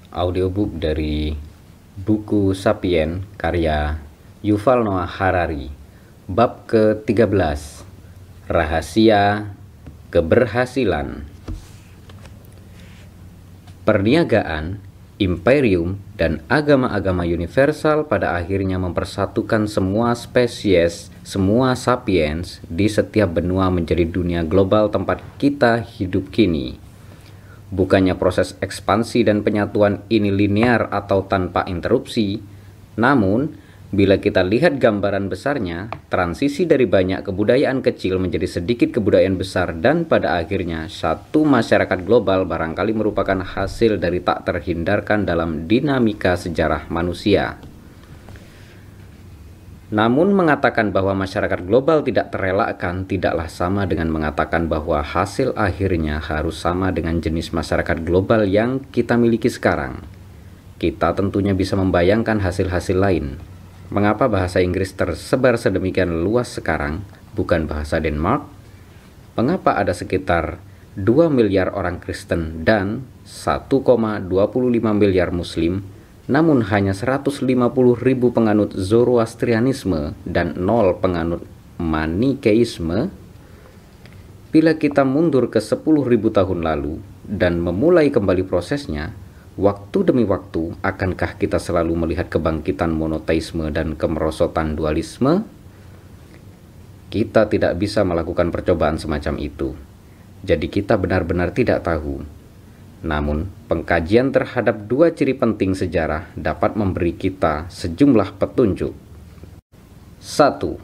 Audiobook dari buku Sapien karya Yuval Noah Harari. Bab ke-13, Rahasia Keberhasilan. Perniagaan, imperium, dan agama-agama universal pada akhirnya mempersatukan semua spesies, semua sapiens di setiap benua menjadi dunia global tempat kita hidup kini. Bukannya proses ekspansi dan penyatuan ini linear atau tanpa interupsi, namun bila kita lihat gambaran besarnya, transisi dari banyak kebudayaan kecil menjadi sedikit kebudayaan besar dan pada akhirnya satu masyarakat global barangkali merupakan hasil dari tak terhindarkan dalam dinamika sejarah manusia. Namun mengatakan bahwa masyarakat global tidak terelakkan tidaklah sama dengan mengatakan bahwa hasil akhirnya harus sama dengan jenis masyarakat global yang kita miliki sekarang. Kita tentunya bisa membayangkan hasil-hasil lain. Mengapa bahasa Inggris tersebar sedemikian luas sekarang, bukan bahasa Denmark? Mengapa ada sekitar 2 miliar orang Kristen dan 1,25 miliar Muslim, namun hanya 150.000 penganut Zoroastrianisme dan 0 penganut Manikeisme? Bila kita mundur ke 10.000 tahun lalu dan memulai kembali prosesnya, waktu demi waktu, akankah kita selalu melihat kebangkitan monoteisme dan kemerosotan dualisme? Kita tidak bisa melakukan percobaan semacam itu. Jadi kita benar-benar tidak tahu. Namun, pengkajian terhadap dua ciri penting sejarah dapat memberi kita sejumlah petunjuk. 1.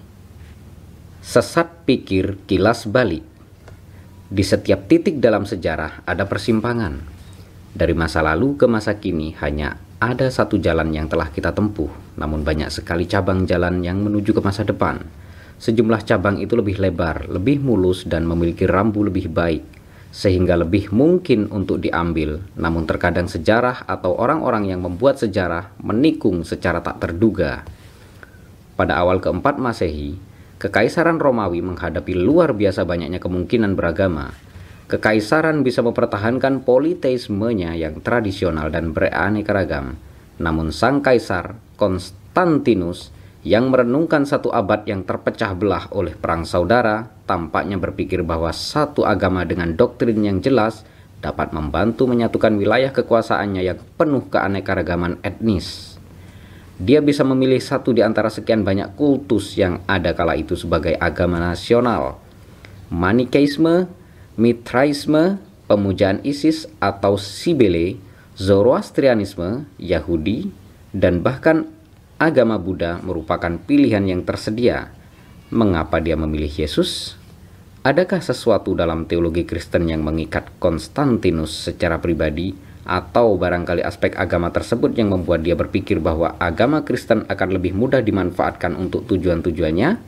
Sesat pikir kilas balik. Di setiap titik dalam sejarah ada persimpangan. Dari masa lalu ke masa kini hanya ada satu jalan yang telah kita tempuh, namun banyak sekali cabang jalan yang menuju ke masa depan. Sejumlah cabang itu lebih lebar, lebih mulus, dan memiliki rambu lebih baik, sehingga lebih mungkin untuk diambil. Namun terkadang sejarah atau orang-orang yang membuat sejarah menikung secara tak terduga. Pada awal keempat Masehi, Kekaisaran Romawi menghadapi luar biasa banyaknya kemungkinan beragama. Kekaisaran bisa mempertahankan politeismenya yang tradisional dan beraneka ragam. Namun sang kaisar Konstantinus yang merenungkan satu abad yang terpecah belah oleh perang saudara, tampaknya berpikir bahwa satu agama dengan doktrin yang jelas dapat membantu menyatukan wilayah kekuasaannya yang penuh keanekaragaman etnis. Dia bisa memilih satu di antara sekian banyak kultus yang ada kala itu sebagai agama nasional. Manikeisme, Mithraisme, pemujaan Isis atau Cybele, Zoroastrianisme, Yahudi, dan bahkan agama Buddha merupakan pilihan yang tersedia. Mengapa dia memilih Yesus? Adakah sesuatu dalam teologi Kristen yang mengikat Konstantinus secara pribadi, atau barangkali aspek agama tersebut yang membuat dia berpikir bahwa agama Kristen akan lebih mudah dimanfaatkan untuk tujuan-tujuannya?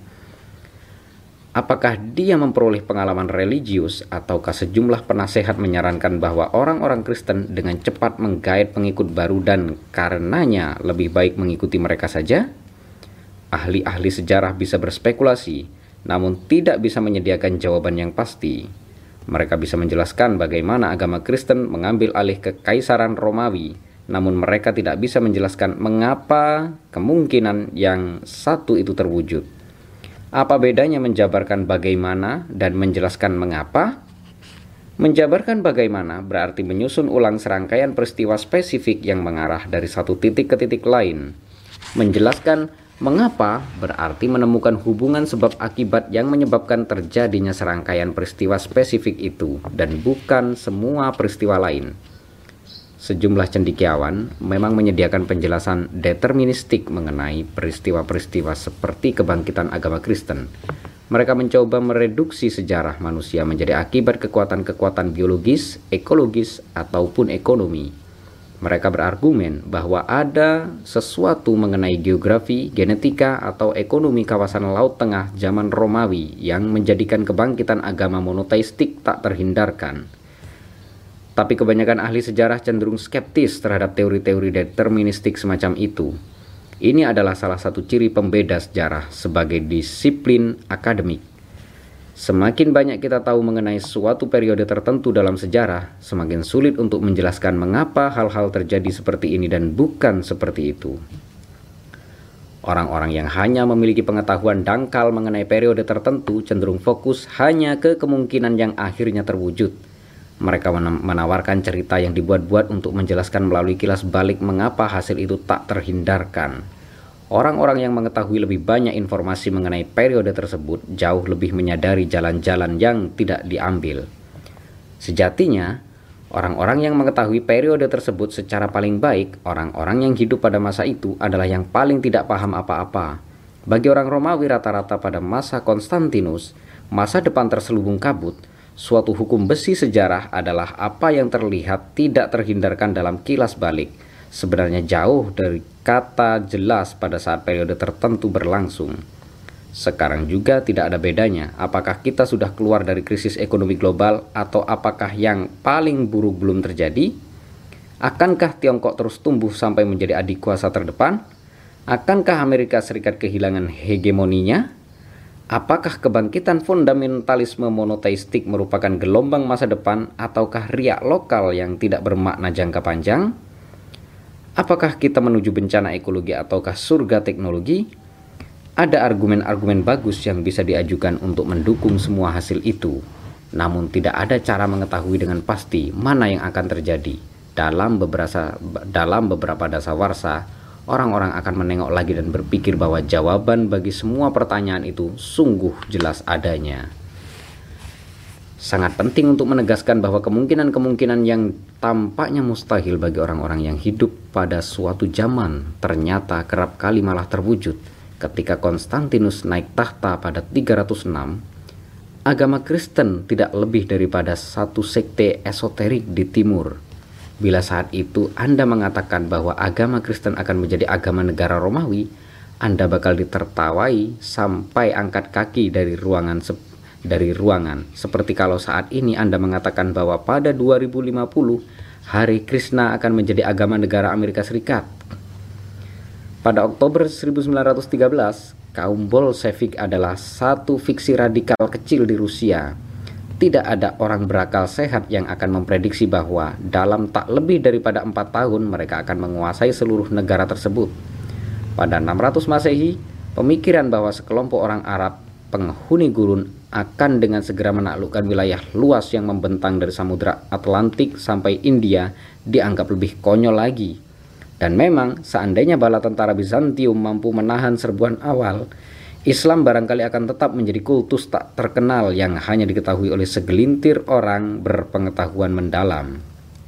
Apakah dia memperoleh pengalaman religius, ataukah sejumlah penasehat menyarankan bahwa orang-orang Kristen dengan cepat menggait pengikut baru dan karenanya lebih baik mengikuti mereka saja? Ahli-ahli sejarah bisa berspekulasi, namun tidak bisa menyediakan jawaban yang pasti. Mereka bisa menjelaskan bagaimana agama Kristen mengambil alih Kekaisaran Romawi, namun mereka tidak bisa menjelaskan mengapa kemungkinan yang satu itu terwujud. Apa bedanya menjabarkan bagaimana dan menjelaskan mengapa? Menjabarkan bagaimana berarti menyusun ulang serangkaian peristiwa spesifik yang mengarah dari satu titik ke titik lain. Menjelaskan mengapa berarti menemukan hubungan sebab akibat yang menyebabkan terjadinya serangkaian peristiwa spesifik itu dan bukan semua peristiwa lain. Sejumlah cendekiawan memang menyediakan penjelasan deterministik mengenai peristiwa-peristiwa seperti kebangkitan agama Kristen. Mereka mencoba mereduksi sejarah manusia menjadi akibat kekuatan-kekuatan biologis, ekologis, ataupun ekonomi. Mereka berargumen bahwa ada sesuatu mengenai geografi, genetika, atau ekonomi kawasan Laut Tengah zaman Romawi yang menjadikan kebangkitan agama monoteistik tak terhindarkan. Tapi kebanyakan ahli sejarah cenderung skeptis terhadap teori-teori deterministik semacam itu. Ini adalah salah satu ciri pembeda sejarah sebagai disiplin akademik. Semakin banyak kita tahu mengenai suatu periode tertentu dalam sejarah, semakin sulit untuk menjelaskan mengapa hal-hal terjadi seperti ini dan bukan seperti itu. Orang-orang yang hanya memiliki pengetahuan dangkal mengenai periode tertentu cenderung fokus hanya ke kemungkinan yang akhirnya terwujud. Mereka menawarkan cerita yang dibuat-buat untuk menjelaskan melalui kilas balik mengapa hasil itu tak terhindarkan. Orang-orang yang mengetahui lebih banyak informasi mengenai periode tersebut jauh lebih menyadari jalan-jalan yang tidak diambil. Sejatinya, orang-orang yang mengetahui periode tersebut secara paling baik, orang-orang yang hidup pada masa itu adalah yang paling tidak paham apa-apa. Bagi orang Romawi rata-rata pada masa Konstantinus, masa depan terselubung kabut. Suatu hukum besi sejarah adalah apa yang terlihat tidak terhindarkan dalam kilas balik. Sebenarnya jauh dari kata jelas pada saat periode tertentu berlangsung. Sekarang juga tidak ada bedanya apakah kita sudah keluar dari krisis ekonomi global atau apakah yang paling buruk belum terjadi. Akankah Tiongkok terus tumbuh sampai menjadi adik kuasa terdepan? Akankah Amerika Serikat kehilangan hegemoninya? Apakah kebangkitan fundamentalisme monoteistik merupakan gelombang masa depan ataukah riak lokal yang tidak bermakna jangka panjang? Apakah kita menuju bencana ekologi ataukah surga teknologi? Ada argumen-argumen bagus yang bisa diajukan untuk mendukung semua hasil itu. Namun tidak ada cara mengetahui dengan pasti mana yang akan terjadi. Dalam beberapa dasawarsa, orang-orang akan menengok lagi dan berpikir bahwa jawaban bagi semua pertanyaan itu sungguh jelas adanya. Sangat penting untuk menegaskan bahwa kemungkinan-kemungkinan yang tampaknya mustahil bagi orang-orang yang hidup pada suatu zaman ternyata kerap kali malah terwujud. Ketika Konstantinus naik tahta pada 306, agama Kristen tidak lebih daripada satu sekte esoterik di timur. Bila saat itu Anda mengatakan bahwa agama Kristen akan menjadi agama negara Romawi, Anda bakal ditertawai sampai angkat kaki dari ruangan. Seperti kalau saat ini Anda mengatakan bahwa pada 2050 Hare Krishna akan menjadi agama negara Amerika Serikat. Pada Oktober 1913, kaum Bolshevik adalah satu fiksi radikal kecil di Rusia. Tidak ada orang berakal sehat yang akan memprediksi bahwa dalam tak lebih daripada 4 tahun mereka akan menguasai seluruh negara tersebut. Pada 600 Masehi, pemikiran bahwa sekelompok orang Arab penghuni gurun akan dengan segera menaklukkan wilayah luas yang membentang dari Samudra Atlantik sampai India dianggap lebih konyol lagi. Dan memang seandainya bala tentara Bizantium mampu menahan serbuan awal, Islam barangkali akan tetap menjadi kultus tak terkenal yang hanya diketahui oleh segelintir orang berpengetahuan mendalam.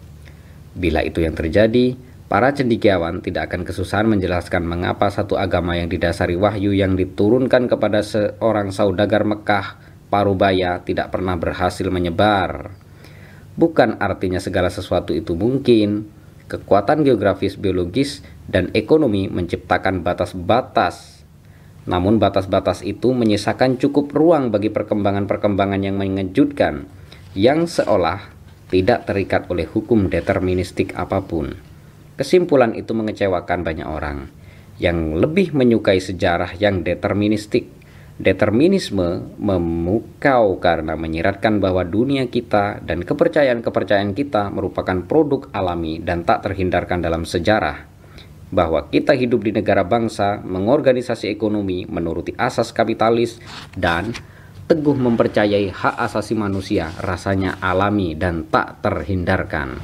Bila itu yang terjadi, para cendekiawan tidak akan kesusahan menjelaskan mengapa satu agama yang didasari wahyu yang diturunkan kepada seorang saudagar Mekah Parubaya tidak pernah berhasil menyebar. Bukan artinya segala sesuatu itu mungkin. Kekuatan geografis, biologis, dan ekonomi menciptakan batas-batas. Namun batas-batas itu menyisakan cukup ruang bagi perkembangan-perkembangan yang mengejutkan, yang seolah tidak terikat oleh hukum deterministik apapun. Kesimpulan itu mengecewakan banyak orang yang lebih menyukai sejarah yang deterministik. Determinisme memukau karena menyiratkan bahwa dunia kita dan kepercayaan-kepercayaan kita merupakan produk alami dan tak terhindarkan dalam sejarah. Bahwa kita hidup di negara bangsa, mengorganisasi ekonomi, menuruti asas kapitalis, dan teguh mempercayai hak asasi manusia rasanya alami dan tak terhindarkan.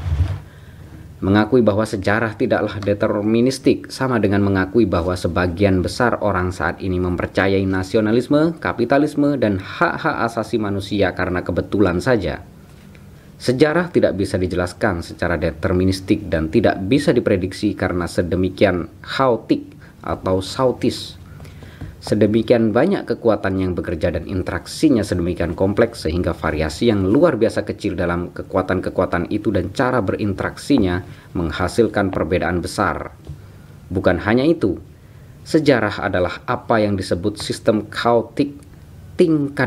Mengakui bahwa sejarah tidaklah deterministik sama dengan mengakui bahwa sebagian besar orang saat ini mempercayai nasionalisme, kapitalisme, dan hak-hak asasi manusia karena kebetulan saja. Sejarah tidak bisa dijelaskan secara deterministik dan tidak bisa diprediksi karena sedemikian chaotic atau sautis. Sedemikian banyak kekuatan yang bekerja dan interaksinya sedemikian kompleks sehingga variasi yang luar biasa kecil dalam kekuatan-kekuatan itu dan cara berinteraksinya menghasilkan perbedaan besar. Bukan hanya itu, sejarah adalah apa yang disebut sistem chaotic tingkat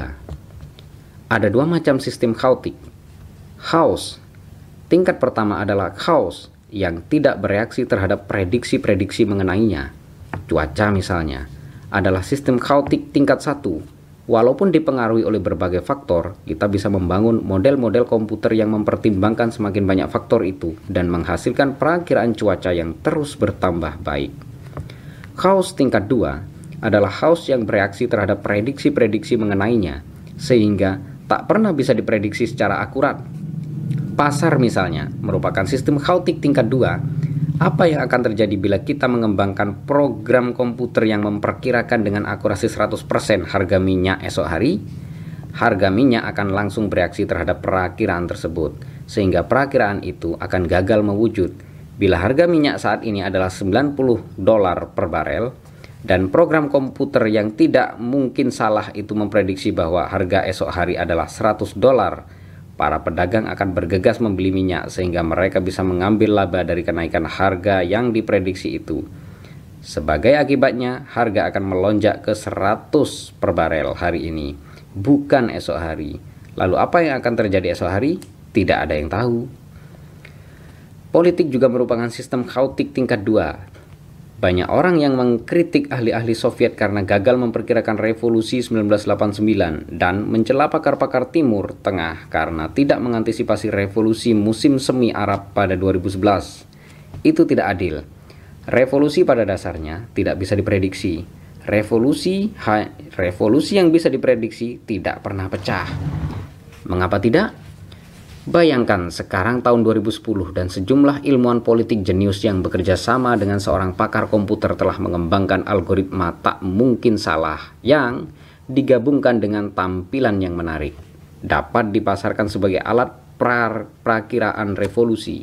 2. Ada 2 macam sistem chaotic. Chaos. Tingkat pertama adalah chaos yang tidak bereaksi terhadap prediksi-prediksi mengenainya. Cuaca misalnya adalah sistem chaotic tingkat 1. Walaupun dipengaruhi oleh berbagai faktor, kita bisa membangun model-model komputer yang mempertimbangkan semakin banyak faktor itu dan menghasilkan perakiraan cuaca yang terus bertambah baik. Chaos tingkat 2 adalah chaos yang bereaksi terhadap prediksi-prediksi mengenainya, sehingga tak pernah bisa diprediksi secara akurat. Pasar misalnya merupakan sistem chaotic tingkat 2. Apa yang akan terjadi bila kita mengembangkan program komputer yang memperkirakan dengan akurasi 100% harga minyak esok hari? Harga minyak akan langsung bereaksi terhadap perakiraan tersebut, sehingga perakiraan itu akan gagal mewujud. Bila harga minyak saat ini adalah $90 per barel, dan program komputer yang tidak mungkin salah itu memprediksi bahwa harga esok hari adalah $100, para pedagang akan bergegas membeli minyak sehingga mereka bisa mengambil laba dari kenaikan harga yang diprediksi itu. Sebagai akibatnya, harga akan melonjak ke 100 per barel hari ini, bukan esok hari. Lalu apa yang akan terjadi esok hari? Tidak ada yang tahu. Politik juga merupakan sistem chaotic tingkat 2. Banyak orang yang mengkritik ahli-ahli Soviet karena gagal memperkirakan revolusi 1989 dan mencela pakar-pakar Timur Tengah karena tidak mengantisipasi revolusi musim semi Arab pada 2011. Itu tidak adil. Revolusi pada dasarnya tidak bisa diprediksi. Revolusi yang bisa diprediksi tidak pernah pecah. Mengapa tidak? Bayangkan sekarang tahun 2010 dan sejumlah ilmuwan politik jenius yang bekerja sama dengan seorang pakar komputer telah mengembangkan algoritma tak mungkin salah yang digabungkan dengan tampilan yang menarik, dapat dipasarkan sebagai alat perakiraan revolusi.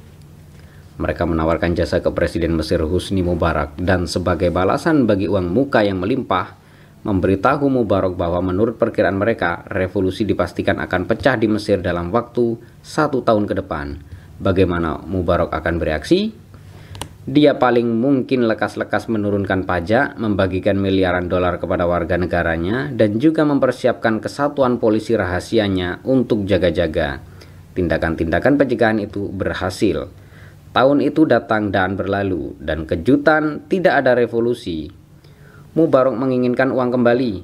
Mereka menawarkan jasa ke Presiden Mesir Husni Mubarak dan sebagai balasan bagi uang muka yang melimpah, memberitahu Mubarak bahwa menurut perkiraan mereka, revolusi dipastikan akan pecah di Mesir dalam waktu 1 tahun ke depan. Bagaimana Mubarak akan bereaksi? Dia paling mungkin lekas-lekas menurunkan pajak, membagikan miliaran dolar kepada warga negaranya, dan juga mempersiapkan kesatuan polisi rahasianya untuk jaga-jaga. Tindakan-tindakan pencegahan itu berhasil. Tahun itu datang dan berlalu, dan kejutan tidak ada revolusi. Mubarak menginginkan uang kembali.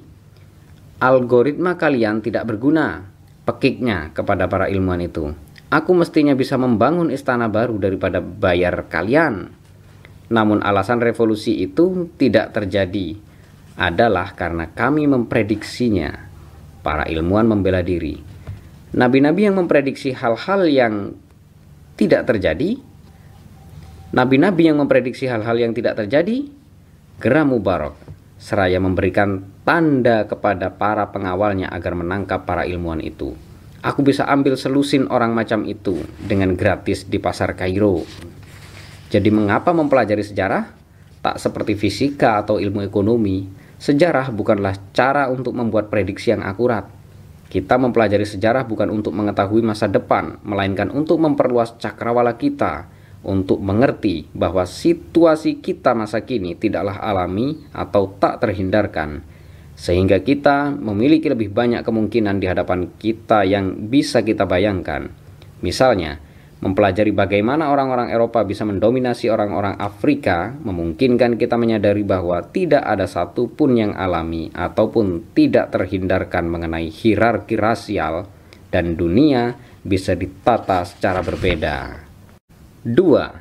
Algoritma kalian tidak berguna, pekiknya kepada para ilmuwan itu. Aku mestinya bisa membangun istana baru daripada bayar kalian. Namun alasan revolusi itu tidak terjadi adalah karena kami memprediksinya. Para ilmuwan membela diri. Nabi-nabi yang memprediksi hal-hal yang tidak terjadi. Nabi-nabi yang memprediksi hal-hal yang tidak terjadi. Geram Mubarak, seraya memberikan tanda kepada para pengawalnya agar menangkap para ilmuwan itu. Aku bisa ambil selusin orang macam itu dengan gratis di pasar Kairo. Jadi mengapa mempelajari sejarah? Tak seperti fisika atau ilmu ekonomi, sejarah bukanlah cara untuk membuat prediksi yang akurat. Kita mempelajari sejarah bukan untuk mengetahui masa depan, melainkan untuk memperluas cakrawala kita, untuk mengerti bahwa situasi kita masa kini tidaklah alami atau tak terhindarkan, sehingga kita memiliki lebih banyak kemungkinan di hadapan kita yang bisa kita bayangkan. Misalnya, mempelajari bagaimana orang-orang Eropa bisa mendominasi orang-orang Afrika memungkinkan kita menyadari bahwa tidak ada satupun yang alami ataupun tidak terhindarkan mengenai hierarki rasial dan dunia bisa ditata secara berbeda. 2.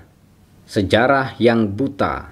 Sejarah yang buta.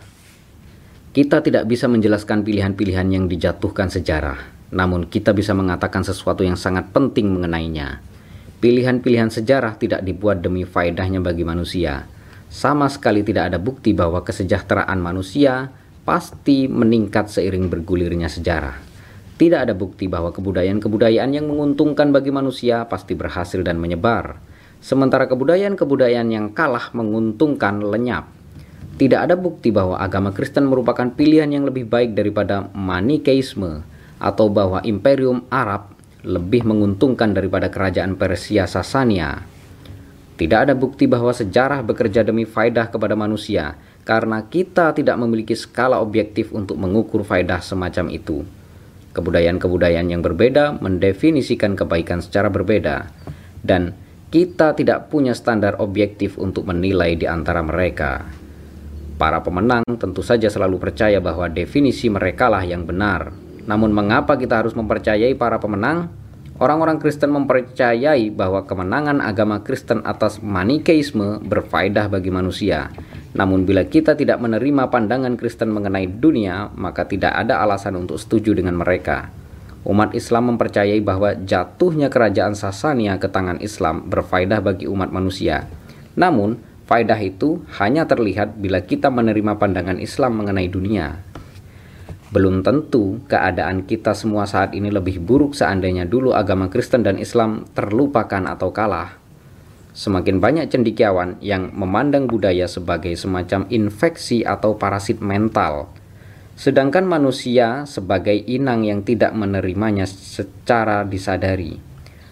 Kita tidak bisa menjelaskan pilihan-pilihan yang dijatuhkan sejarah, namun kita bisa mengatakan sesuatu yang sangat penting mengenainya. Pilihan-pilihan sejarah tidak dibuat demi faedahnya bagi manusia. Sama sekali tidak ada bukti bahwa kesejahteraan manusia pasti meningkat seiring bergulirnya sejarah. Tidak ada bukti bahwa kebudayaan-kebudayaan yang menguntungkan bagi manusia pasti berhasil dan menyebar. Sementara kebudayaan-kebudayaan yang kalah menguntungkan lenyap. Tidak ada bukti bahwa agama Kristen merupakan pilihan yang lebih baik daripada Manikeisme, atau bahwa Imperium Arab lebih menguntungkan daripada kerajaan Persia Sasania. Tidak ada bukti bahwa sejarah bekerja demi faedah kepada manusia, karena kita tidak memiliki skala objektif untuk mengukur faedah semacam itu. Kebudayaan-kebudayaan yang berbeda mendefinisikan kebaikan secara berbeda, dan kita tidak punya standar objektif untuk menilai di antara mereka. Para pemenang tentu saja selalu percaya bahwa definisi merekalah yang benar. Namun mengapa kita harus mempercayai para pemenang? Orang-orang Kristen mempercayai bahwa kemenangan agama Kristen atas Manikeisme berfaedah bagi manusia. Namun bila kita tidak menerima pandangan Kristen mengenai dunia, maka tidak ada alasan untuk setuju dengan mereka. Umat Islam mempercayai bahwa jatuhnya kerajaan Sasania ke tangan Islam berfaedah bagi umat manusia. Namun, faedah itu hanya terlihat bila kita menerima pandangan Islam mengenai dunia. Belum tentu keadaan kita semua saat ini lebih buruk seandainya dulu agama Kristen dan Islam terlupakan atau kalah. Semakin banyak cendekiawan yang memandang budaya sebagai semacam infeksi atau parasit mental, sedangkan manusia sebagai inang yang tidak menerimanya secara disadari.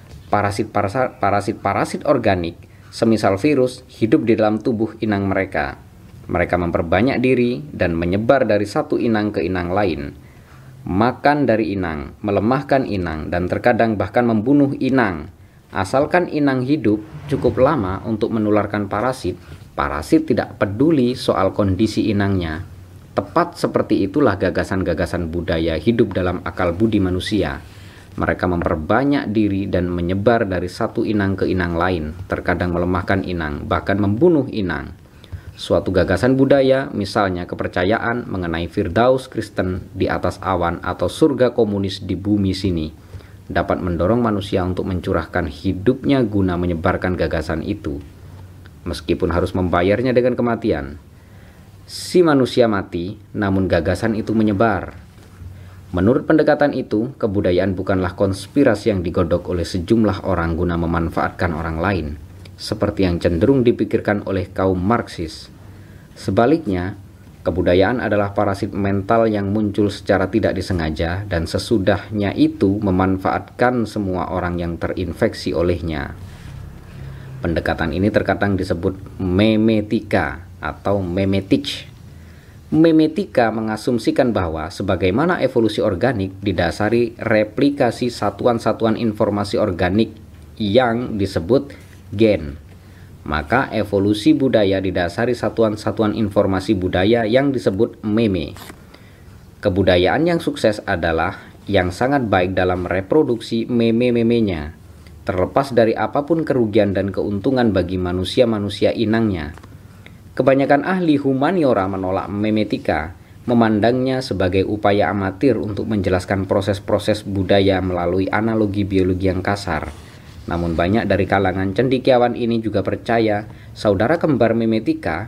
Parasit organik, semisal virus, hidup di dalam tubuh inang mereka. Mereka memperbanyak diri dan menyebar dari satu inang ke inang lain. Makan dari inang, melemahkan inang, dan terkadang bahkan membunuh inang. Asalkan inang hidup cukup lama untuk menularkan parasit, parasit tidak peduli soal kondisi inangnya. Tepat seperti itulah gagasan-gagasan budaya hidup dalam akal budi manusia. Mereka memperbanyak diri dan menyebar dari satu inang ke inang lain, terkadang melemahkan inang, bahkan membunuh inang. Suatu gagasan budaya, misalnya kepercayaan mengenai Firdaus Kristen di atas awan atau surga komunis di bumi sini, dapat mendorong manusia untuk mencurahkan hidupnya guna menyebarkan gagasan itu, meskipun harus membayarnya dengan kematian. Si manusia mati, namun gagasan itu menyebar. Menurut pendekatan itu, kebudayaan bukanlah konspirasi yang digodok oleh sejumlah orang guna memanfaatkan orang lain, seperti yang cenderung dipikirkan oleh kaum Marxis. Sebaliknya, kebudayaan adalah parasit mental yang muncul secara tidak disengaja dan sesudahnya itu memanfaatkan semua orang yang terinfeksi olehnya. Pendekatan ini terkadang disebut memetika atau memetic. Memetika mengasumsikan bahwa sebagaimana evolusi organik didasari replikasi satuan-satuan informasi organik yang disebut gen, maka evolusi budaya didasari satuan-satuan informasi budaya yang disebut meme. Kebudayaan yang sukses adalah yang sangat baik dalam reproduksi meme-memenya, terlepas dari apapun kerugian dan keuntungan bagi manusia-manusia inangnya. Kebanyakan ahli humaniora menolak memetika, memandangnya sebagai upaya amatir untuk menjelaskan proses-proses budaya melalui analogi biologi yang kasar. Namun banyak dari kalangan cendekiawan ini juga percaya saudara kembar memetika,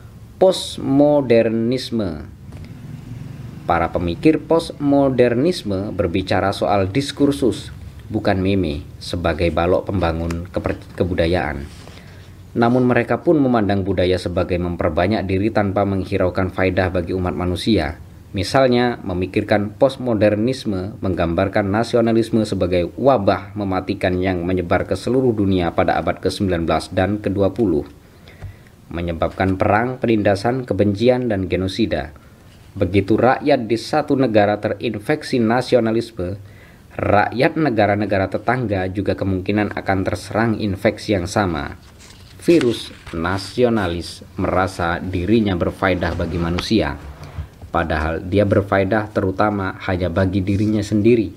postmodernisme. Para pemikir postmodernisme berbicara soal diskursus, bukan meme, sebagai balok pembangun kebudayaan. Namun mereka pun memandang budaya sebagai memperbanyak diri tanpa menghiraukan faedah bagi umat manusia. Misalnya, memikirkan postmodernisme menggambarkan nasionalisme sebagai wabah mematikan yang menyebar ke seluruh dunia pada abad ke-19 dan ke-20, menyebabkan perang, penindasan, kebencian, dan genosida. Begitu rakyat di satu negara terinfeksi nasionalisme, rakyat negara-negara tetangga juga kemungkinan akan terserang infeksi yang sama. Virus nasionalis merasa dirinya berfaedah bagi manusia, padahal dia berfaedah terutama hanya bagi dirinya sendiri.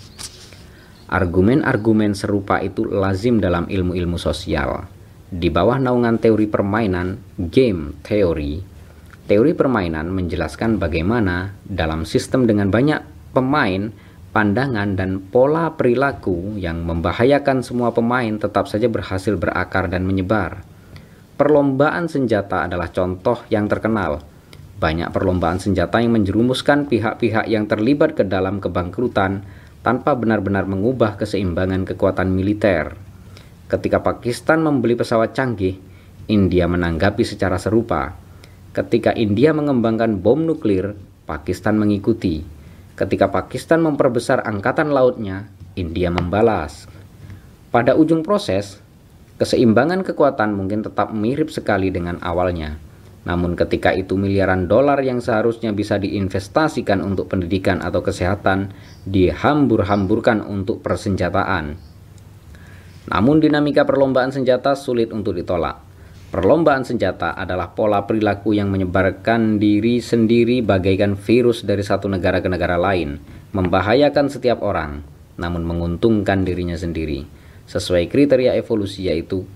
Argumen-argumen serupa itu lazim dalam ilmu-ilmu sosial. Di bawah naungan teori permainan, game theory, teori permainan menjelaskan bagaimana dalam sistem dengan banyak pemain, pandangan dan pola perilaku yang membahayakan semua pemain tetap saja berhasil berakar dan menyebar. Perlombaan senjata adalah contoh yang terkenal. Banyak perlombaan senjata yang menjerumuskan pihak-pihak yang terlibat ke dalam kebangkrutan tanpa benar-benar mengubah keseimbangan kekuatan militer. Ketika Pakistan membeli pesawat canggih, India menanggapi secara serupa. Ketika India mengembangkan bom nuklir, Pakistan mengikuti. Ketika Pakistan memperbesar angkatan lautnya, India membalas. Pada ujung proses, keseimbangan kekuatan mungkin tetap mirip sekali dengan awalnya. Namun ketika itu miliaran dolar yang seharusnya bisa diinvestasikan untuk pendidikan atau kesehatan dihambur-hamburkan untuk persenjataan. Namun dinamika perlombaan senjata sulit untuk ditolak. Perlombaan senjata adalah pola perilaku yang menyebarkan diri sendiri bagaikan virus dari satu negara ke negara lain, membahayakan setiap orang, namun menguntungkan dirinya sendiri. Sesuai kriteria evolusi yaitu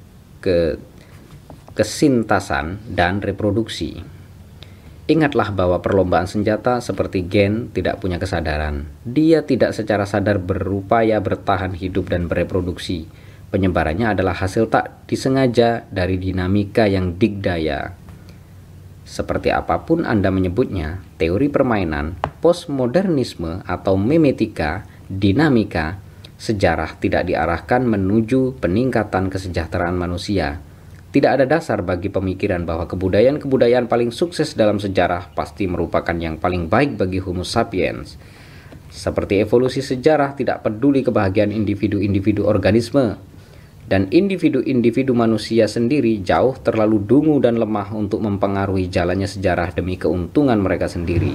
kesintasan dan reproduksi. Ingatlah bahwa perlombaan senjata seperti gen tidak punya kesadaran. Dia tidak secara sadar berupaya bertahan hidup dan bereproduksi. Penyebarannya adalah hasil tak disengaja dari dinamika yang digdaya. Seperti apapun Anda menyebutnya, teori permainan, postmodernisme atau memetika, dinamika, sejarah tidak diarahkan menuju peningkatan kesejahteraan manusia. Tidak ada dasar bagi pemikiran bahwa kebudayaan-kebudayaan paling sukses dalam sejarah pasti merupakan yang paling baik bagi Homo sapiens. Seperti evolusi sejarah tidak peduli kebahagiaan individu-individu organisme, dan individu-individu manusia sendiri jauh terlalu dungu dan lemah untuk mempengaruhi jalannya sejarah demi keuntungan mereka sendiri.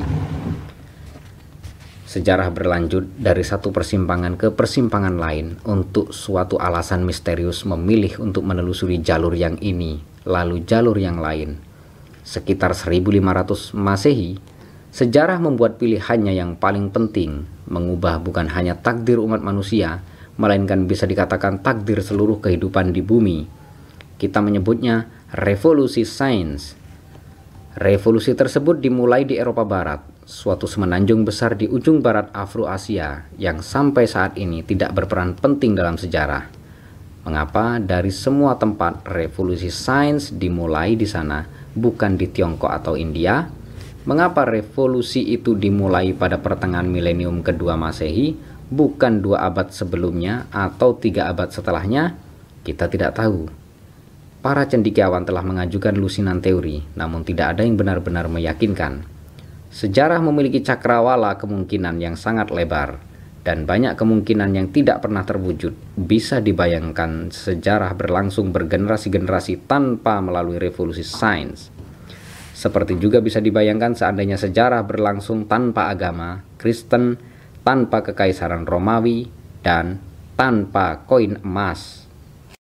Sejarah berlanjut dari satu persimpangan ke persimpangan lain untuk suatu alasan misterius memilih untuk menelusuri jalur yang ini, lalu jalur yang lain. Sekitar 1500 Masehi, sejarah membuat pilihannya yang paling penting, mengubah bukan hanya takdir umat manusia, melainkan bisa dikatakan takdir seluruh kehidupan di bumi. Kita menyebutnya revolusi sains. Revolusi tersebut dimulai di Eropa Barat, suatu semenanjung besar di ujung barat Afro-Asia yang sampai saat ini tidak berperan penting dalam sejarah. Mengapa dari semua tempat revolusi sains dimulai di sana, bukan di Tiongkok atau India? Mengapa revolusi itu dimulai pada pertengahan milenium kedua Masehi, bukan 2 abad sebelumnya atau 3 abad setelahnya? Kita tidak tahu. Para cendekiawan telah mengajukan lusinan teori, namun tidak ada yang benar-benar meyakinkan. Sejarah memiliki cakrawala kemungkinan yang sangat lebar, dan banyak kemungkinan yang tidak pernah terwujud. Bisa dibayangkan sejarah berlangsung bergenerasi-generasi tanpa melalui revolusi sains. Seperti juga bisa dibayangkan seandainya sejarah berlangsung tanpa agama, Kristen, tanpa kekaisaran Romawi, dan tanpa koin emas.